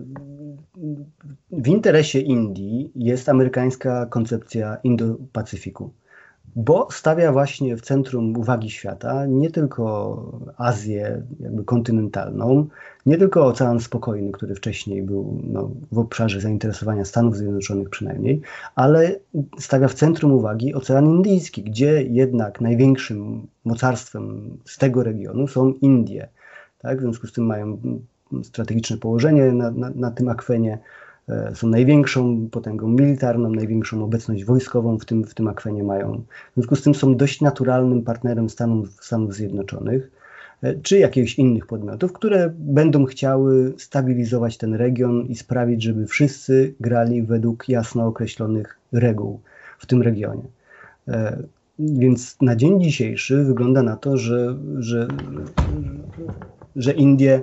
Speaker 2: w interesie Indii jest amerykańska koncepcja Indo-Pacyfiku, bo stawia właśnie w centrum uwagi świata nie tylko Azję jakby kontynentalną, nie tylko Ocean Spokojny, który wcześniej był no, w obszarze zainteresowania Stanów Zjednoczonych przynajmniej, ale stawia w centrum uwagi Ocean Indyjski, gdzie jednak największym mocarstwem z tego regionu są Indie. Tak? W związku z tym mają strategiczne położenie na, na, na tym akwenie, są największą potęgą militarną, największą obecność wojskową w tym, w tym akwenie mają. W związku z tym są dość naturalnym partnerem Stanów, Stanów Zjednoczonych, czy jakichś innych podmiotów, które będą chciały stabilizować ten region i sprawić, żeby wszyscy grali według jasno określonych reguł w tym regionie. Więc na dzień dzisiejszy wygląda na to, że, że, że Indie,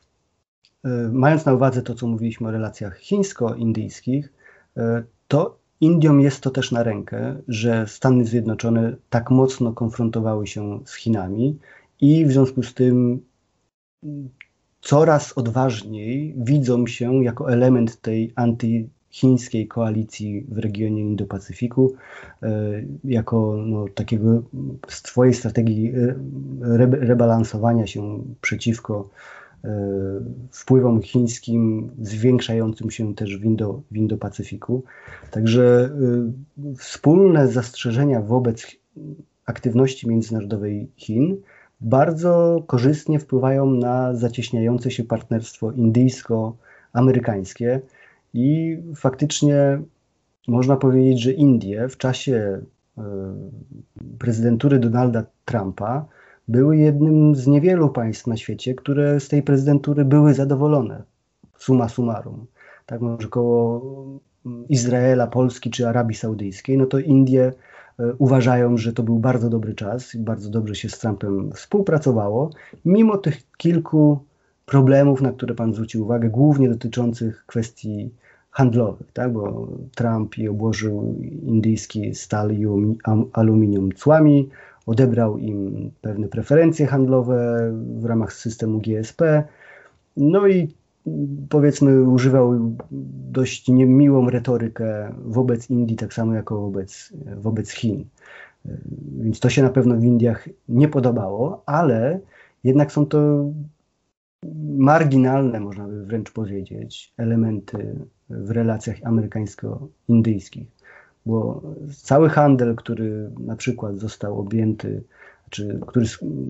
Speaker 2: mając na uwadze to, co mówiliśmy o relacjach chińsko-indyjskich, to Indiom jest to też na rękę, że Stany Zjednoczone tak mocno konfrontowały się z Chinami i w związku z tym coraz odważniej widzą się jako element tej antychińskiej koalicji w regionie Indo-Pacyfiku, jako no, takiego swojej strategii re rebalansowania się przeciwko wpływom chińskim zwiększającym się też w, Indo, w Indo-Pacyfiku. Także y, wspólne zastrzeżenia wobec aktywności międzynarodowej Chin bardzo korzystnie wpływają na zacieśniające się partnerstwo indyjsko-amerykańskie i faktycznie można powiedzieć, że Indie w czasie prezydentury Donalda Trumpa były jednym z niewielu państw na świecie, które z tej prezydentury były zadowolone, summa summarum. Tak, może koło Izraela, Polski czy Arabii Saudyjskiej, no to Indie uważają, że to był bardzo dobry czas i bardzo dobrze się z Trumpem współpracowało, mimo tych kilku problemów, na które pan zwrócił uwagę, głównie dotyczących kwestii handlowych, tak? Bo Trump i obłożył indyjski stal i aluminium cłami, odebrał im pewne preferencje handlowe w ramach systemu G S P, no i powiedzmy używał dość niemiłą retorykę wobec Indii, tak samo jak wobec, wobec Chin. Więc to się na pewno w Indiach nie podobało, ale jednak są to marginalne, można by wręcz powiedzieć, elementy w relacjach amerykańsko-indyjskich. Bo cały handel, który na przykład został objęty, czy który,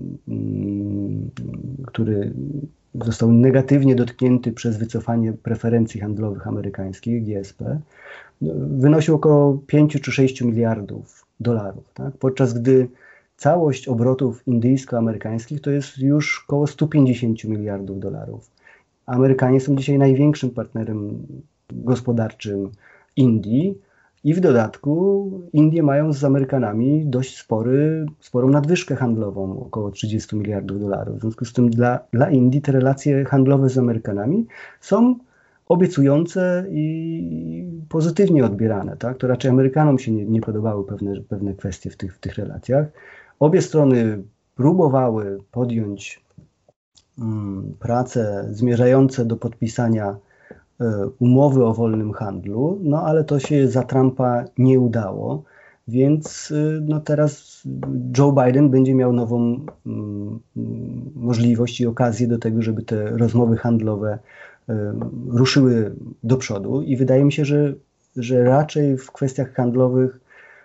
Speaker 2: który został negatywnie dotknięty przez wycofanie preferencji handlowych amerykańskich, G S P, wynosił około pięć czy sześć miliardów dolarów, tak? Podczas gdy całość obrotów indyjsko-amerykańskich to jest już około sto pięćdziesiąt miliardów dolarów. Amerykanie są dzisiaj największym partnerem gospodarczym Indii i w dodatku Indie mają z Amerykanami dość spory, sporą nadwyżkę handlową, około trzydzieści miliardów dolarów. W związku z tym dla, dla Indii te relacje handlowe z Amerykanami są obiecujące i pozytywnie odbierane. Tak? To raczej Amerykanom się nie, nie podobały pewne, pewne kwestie w tych, w tych relacjach. Obie strony próbowały podjąć um, prace zmierzające do podpisania um, umowy o wolnym handlu, no ale to się za Trumpa nie udało, więc no, teraz Joe Biden będzie miał nową um, możliwość i okazję do tego, żeby te rozmowy handlowe um, ruszyły do przodu i wydaje mi się, że, że raczej w kwestiach handlowych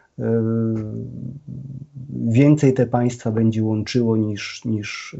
Speaker 2: więcej te państwa będzie łączyło niż, niż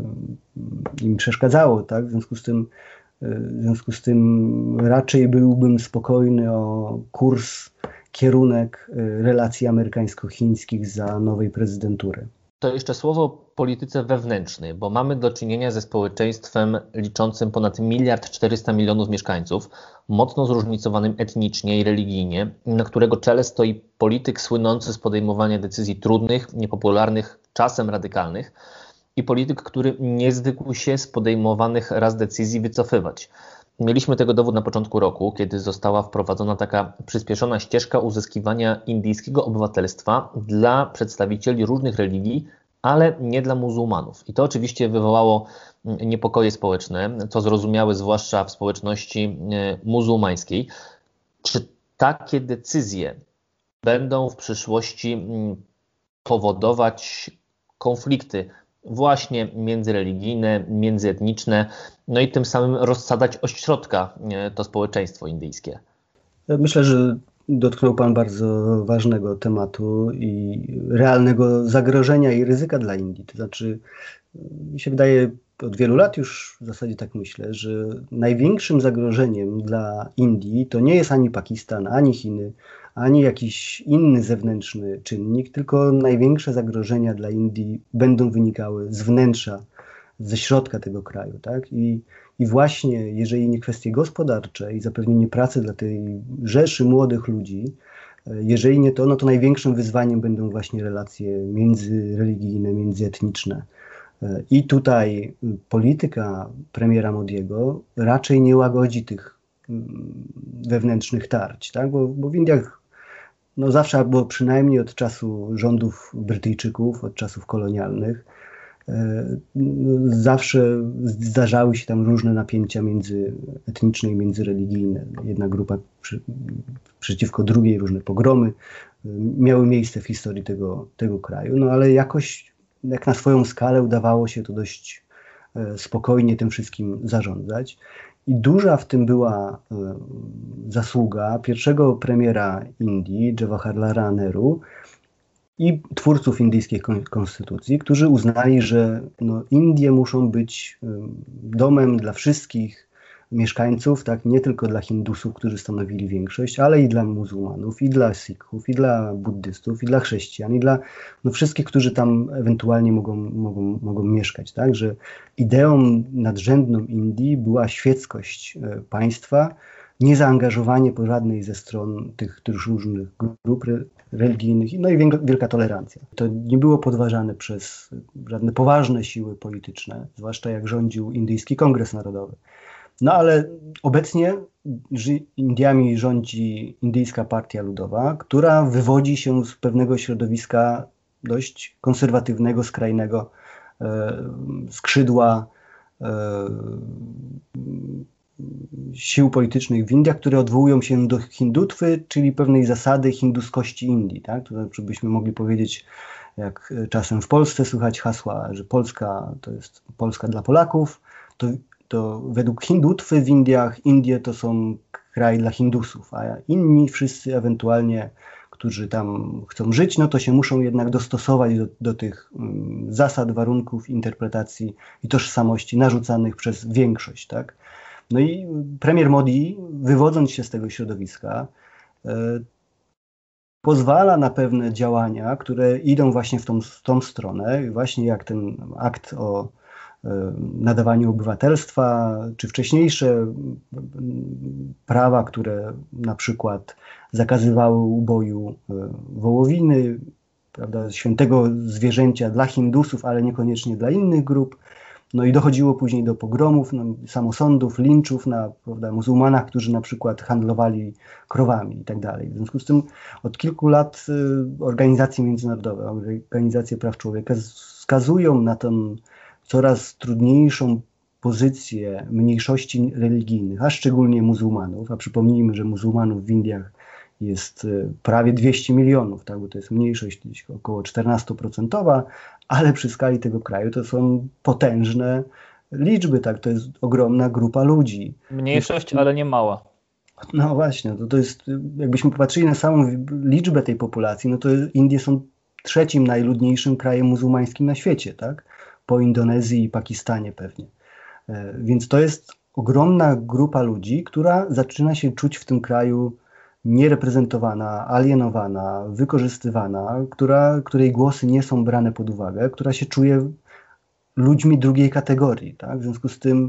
Speaker 2: im przeszkadzało, tak? W związku z tym, w związku z tym raczej byłbym spokojny o kurs, kierunek relacji amerykańsko-chińskich za nowej prezydentury.
Speaker 3: To jeszcze słowo o polityce wewnętrznej, bo mamy do czynienia ze społeczeństwem liczącym ponad miliard czterysta milionów mieszkańców, mocno zróżnicowanym etnicznie i religijnie, na którego czele stoi polityk słynący z podejmowania decyzji trudnych, niepopularnych, czasem radykalnych i polityk, który nie zwykł się z podejmowanych raz decyzji wycofywać. Mieliśmy tego dowód na początku roku, kiedy została wprowadzona taka przyspieszona ścieżka uzyskiwania indyjskiego obywatelstwa dla przedstawicieli różnych religii, ale nie dla muzułmanów. I to oczywiście wywołało niepokoje społeczne, co zrozumiałe zwłaszcza w społeczności muzułmańskiej. Czy takie decyzje będą w przyszłości powodować konflikty właśnie międzyreligijne, międzyetniczne, no i tym samym rozsadzać ośrodka to społeczeństwo indyjskie?
Speaker 2: Myślę, że dotknął pan bardzo ważnego tematu i realnego zagrożenia i ryzyka dla Indii. To znaczy, mi się wydaje, od wielu lat już w zasadzie tak myślę, że największym zagrożeniem dla Indii to nie jest ani Pakistan, ani Chiny, ani jakiś inny zewnętrzny czynnik, tylko największe zagrożenia dla Indii będą wynikały z wnętrza, ze środka tego kraju. Tak? I, I właśnie jeżeli nie kwestie gospodarcze i zapewnienie pracy dla tej rzeszy młodych ludzi, jeżeli nie to, no to największym wyzwaniem będą właśnie relacje międzyreligijne, międzyetniczne. I tutaj polityka premiera Modiego raczej nie łagodzi tych wewnętrznych tarć, tak? bo, bo w Indiach no zawsze, albo przynajmniej od czasu rządów Brytyjczyków, od czasów kolonialnych, zawsze zdarzały się tam różne napięcia międzyetniczne i międzyreligijne. Jedna grupa przy, przeciwko drugiej, różne pogromy miały miejsce w historii tego, tego kraju, no ale jakoś jak na swoją skalę udawało się to dość spokojnie tym wszystkim zarządzać. I duża w tym była zasługa pierwszego premiera Indii, Jawaharlala Nehru, i twórców indyjskiej konstytucji, którzy uznali, że no, Indie muszą być domem dla wszystkich, mieszkańców, tak, nie tylko dla Hindusów, którzy stanowili większość, ale i dla muzułmanów, i dla Sikhów, i dla buddystów, i dla chrześcijan, i dla no, wszystkich, którzy tam ewentualnie mogą, mogą, mogą mieszkać. Tak, że ideą nadrzędną Indii była świeckość państwa, niezaangażowanie po żadnej ze stron tych, tych różnych grup religijnych, no i wielka tolerancja. To nie było podważane przez żadne poważne siły polityczne, zwłaszcza jak rządził Indyjski Kongres Narodowy. No ale obecnie Indiami rządzi Indyjska Partia Ludowa, która wywodzi się z pewnego środowiska dość konserwatywnego, skrajnego e, skrzydła e, sił politycznych w Indiach, które odwołują się do hindutwy, czyli pewnej zasady hinduskości Indii. Tak? To znaczy byśmy mogli powiedzieć, jak czasem w Polsce słychać hasła, że Polska to jest Polska dla Polaków, to, to według hindutwy w Indiach Indie to są kraj dla Hindusów, a inni wszyscy ewentualnie, którzy tam chcą żyć, no to się muszą jednak dostosować do, do tych um, zasad, warunków, interpretacji i tożsamości narzucanych przez większość. Tak? No i premier Modi, wywodząc się z tego środowiska, e, pozwala na pewne działania, które idą właśnie w tą, w tą stronę, właśnie jak ten akt o e, nadawaniu obywatelstwa, czy wcześniejsze prawa, które na przykład zakazywały uboju e, wołowiny, prawda, świętego zwierzęcia dla Hindusów, ale niekoniecznie dla innych grup. No i dochodziło później do pogromów, no, samosądów, linczów na, prawda, muzułmanach, którzy na przykład handlowali krowami i tak dalej. W związku z tym od kilku lat y, organizacje międzynarodowe, organizacje praw człowieka wskazują na tę coraz trudniejszą pozycję mniejszości religijnych, a szczególnie muzułmanów. A przypomnijmy, że muzułmanów w Indiach jest y, prawie dwieście milionów, tak, bo to jest mniejszość około czternaście procent, ale przy skali tego kraju to są potężne liczby, tak, to jest ogromna grupa ludzi.
Speaker 1: Mniejszość, ale nie mała.
Speaker 2: No właśnie, to, to jest, jakbyśmy popatrzyli na samą liczbę tej populacji, no to Indie są trzecim najludniejszym krajem muzułmańskim na świecie, tak, po Indonezji i Pakistanie pewnie. E, więc to jest ogromna grupa ludzi, która zaczyna się czuć w tym kraju niereprezentowana, alienowana, wykorzystywana, która, której głosy nie są brane pod uwagę, która się czuje ludźmi drugiej kategorii. Tak? W związku z tym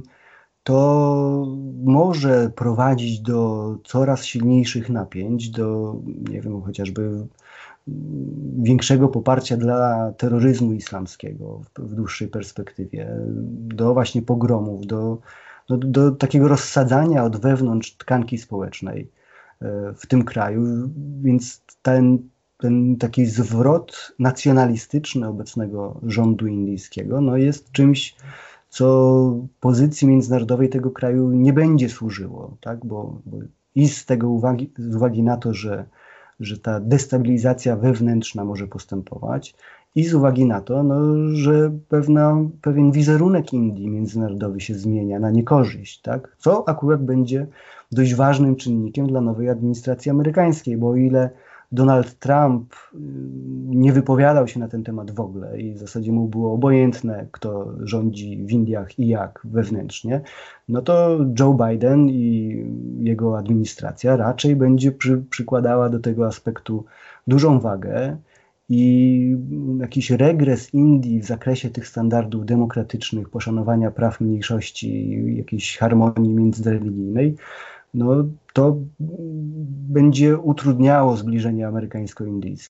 Speaker 2: to może prowadzić do coraz silniejszych napięć, do, nie wiem, chociażby większego poparcia dla terroryzmu islamskiego w, w dłuższej perspektywie, do właśnie pogromów, do, do, do takiego rozsadzania od wewnątrz tkanki społecznej w tym kraju, więc ten, ten taki zwrot nacjonalistyczny obecnego rządu indyjskiego no jest czymś, co pozycji międzynarodowej tego kraju nie będzie służyło, tak? bo, bo i z tego uwagi, z uwagi na to, że, że ta destabilizacja wewnętrzna może postępować i z uwagi na to, no, że pewna, pewien wizerunek Indii międzynarodowy się zmienia na niekorzyść, tak? Co akurat będzie dość ważnym czynnikiem dla nowej administracji amerykańskiej, bo o ile Donald Trump nie wypowiadał się na ten temat w ogóle i w zasadzie mu było obojętne, kto rządzi w Indiach i jak wewnętrznie, no to Joe Biden i jego administracja raczej będzie przy, przykładała do tego aspektu dużą wagę i jakiś regres Indii w zakresie tych standardów demokratycznych, poszanowania praw mniejszości, jakiejś harmonii międzyreligijnej, no to będzie utrudniało zbliżenie amerykańsko-indyjskie.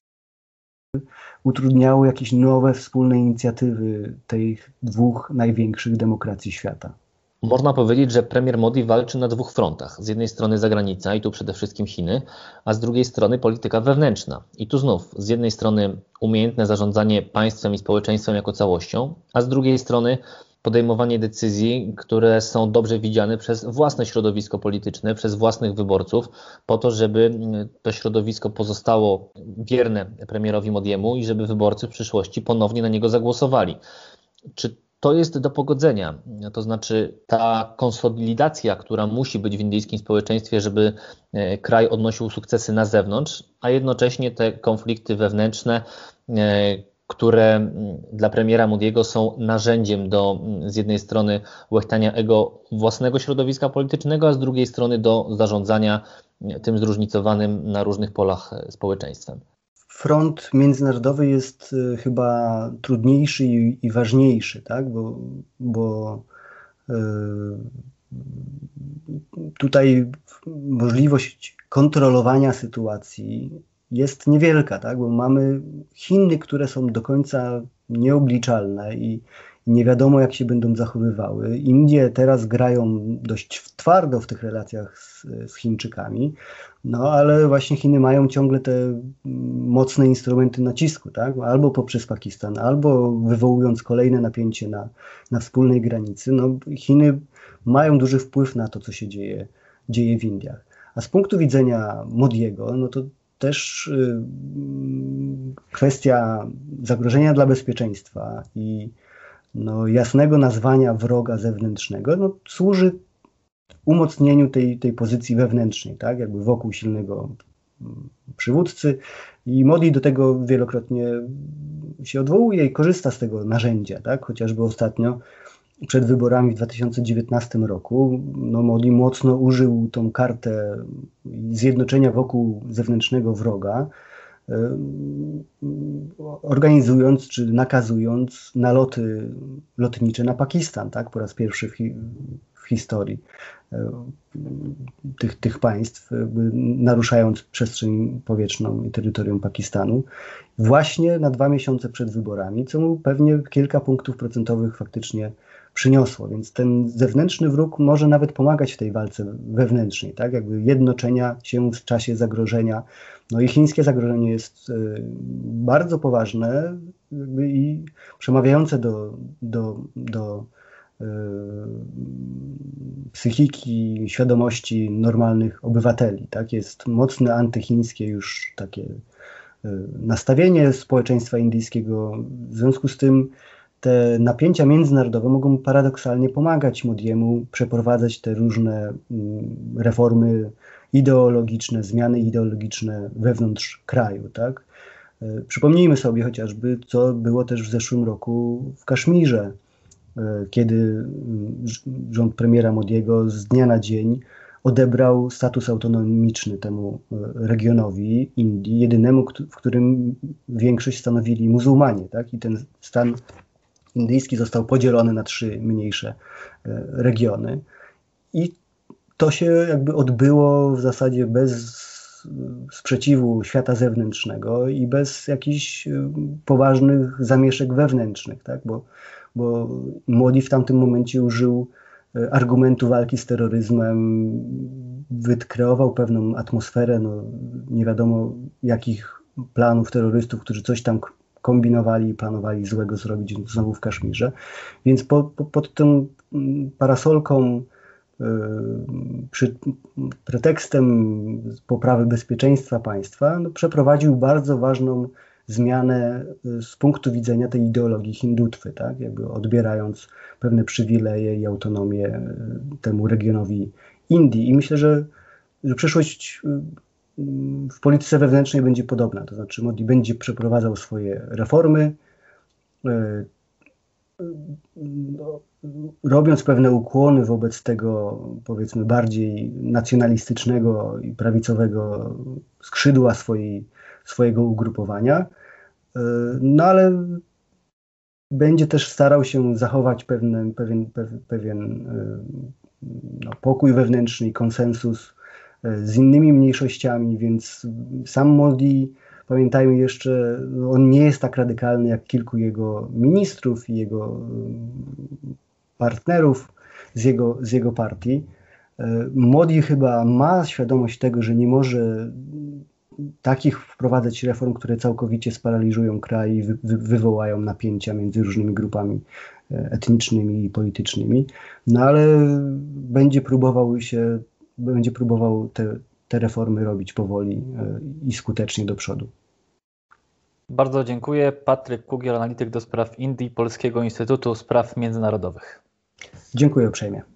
Speaker 2: Utrudniało jakieś nowe wspólne inicjatywy tych dwóch największych demokracji świata.
Speaker 3: Można powiedzieć, że premier Modi walczy na dwóch frontach. Z jednej strony zagranica i tu przede wszystkim Chiny, a z drugiej strony polityka wewnętrzna. I tu znów z jednej strony umiejętne zarządzanie państwem i społeczeństwem jako całością, a z drugiej strony podejmowanie decyzji, które są dobrze widziane przez własne środowisko polityczne, przez własnych wyborców, po to, żeby to środowisko pozostało wierne premierowi Modiemu i żeby wyborcy w przyszłości ponownie na niego zagłosowali. Czy to jest do pogodzenia? To znaczy ta konsolidacja, która musi być w indyjskim społeczeństwie, żeby kraj odnosił sukcesy na zewnątrz, a jednocześnie te konflikty wewnętrzne, które dla premiera Modiego są narzędziem do z jednej strony łechtania ego własnego środowiska politycznego, a z drugiej strony do zarządzania tym zróżnicowanym na różnych polach społeczeństwem.
Speaker 2: Front międzynarodowy jest chyba trudniejszy i, i ważniejszy, tak? Bo, bo yy, tutaj możliwość kontrolowania sytuacji jest niewielka, tak? Bo mamy Chiny, które są do końca nieobliczalne i nie wiadomo, jak się będą zachowywały. Indie teraz grają dość twardo w tych relacjach z, z Chińczykami, no ale właśnie Chiny mają ciągle te mocne instrumenty nacisku, tak? Albo poprzez Pakistan, albo wywołując kolejne napięcie na, na wspólnej granicy. No, Chiny mają duży wpływ na to, co się dzieje, dzieje w Indiach. A z punktu widzenia Modiego, no to też y, kwestia zagrożenia dla bezpieczeństwa i no, jasnego nazwania wroga zewnętrznego no, służy umocnieniu tej, tej pozycji wewnętrznej, tak, jakby wokół silnego przywódcy i Modi do tego wielokrotnie się odwołuje i korzysta z tego narzędzia, tak, chociażby ostatnio przed wyborami w dwa tysiące dziewiętnastym roku no, Modi mocno użył tą kartę zjednoczenia wokół zewnętrznego wroga, organizując czy nakazując naloty lotnicze na Pakistan, tak, po raz pierwszy w, hi w historii tych, tych państw, naruszając przestrzeń powietrzną i terytorium Pakistanu, właśnie na dwa miesiące przed wyborami, co mu pewnie kilka punktów procentowych faktycznie przyniosło, więc ten zewnętrzny wróg może nawet pomagać w tej walce wewnętrznej, tak, jakby jednoczenia się w czasie zagrożenia. No i chińskie zagrożenie jest y, bardzo poważne jakby i przemawiające do, do, do y, psychiki, świadomości normalnych obywateli, tak, jest mocne antychińskie już takie y, nastawienie społeczeństwa indyjskiego, w związku z tym te napięcia międzynarodowe mogą paradoksalnie pomagać Modiemu przeprowadzać te różne reformy ideologiczne, zmiany ideologiczne wewnątrz kraju, tak? Przypomnijmy sobie chociażby, co było też w zeszłym roku w Kaszmirze, kiedy rząd premiera Modiego z dnia na dzień odebrał status autonomiczny temu regionowi Indii, jedynemu, w którym większość stanowili muzułmanie, tak? I ten stan indyjski został podzielony na trzy mniejsze regiony i to się jakby odbyło w zasadzie bez sprzeciwu świata zewnętrznego i bez jakichś poważnych zamieszek wewnętrznych, tak? Bo, bo Modi w tamtym momencie użył argumentu walki z terroryzmem, wykreował pewną atmosferę, no nie wiadomo jakich planów terrorystów, którzy coś tam kombinowali i planowali złego zrobić znowu w Kaszmirze. Więc po, po, pod tą parasolką, yy, przy pretekstem poprawy bezpieczeństwa państwa, no, przeprowadził bardzo ważną zmianę z punktu widzenia tej ideologii hindutwy, tak? Jakby odbierając pewne przywileje i autonomię temu regionowi Indii. I myślę, że, że przyszłość w polityce wewnętrznej będzie podobna, to znaczy Modi będzie przeprowadzał swoje reformy, robiąc pewne ukłony wobec tego, powiedzmy, bardziej nacjonalistycznego i prawicowego skrzydła swojej, swojego ugrupowania, no ale będzie też starał się zachować pewien, pewien, pewien no, pokój wewnętrzny i konsensus z innymi mniejszościami, więc sam Modi, pamiętajmy jeszcze, on nie jest tak radykalny jak kilku jego ministrów i jego partnerów z jego, z jego partii. Modi chyba ma świadomość tego, że nie może takich wprowadzać reform, które całkowicie sparaliżują kraj i wy, wy, wywołają napięcia między różnymi grupami etnicznymi i politycznymi, no ale będzie próbował się będzie próbował te, te reformy robić powoli i skutecznie do przodu.
Speaker 1: Bardzo dziękuję. Patryk Kugiel, analityk do spraw Indii Polskiego Instytutu Spraw Międzynarodowych.
Speaker 2: Dziękuję uprzejmie.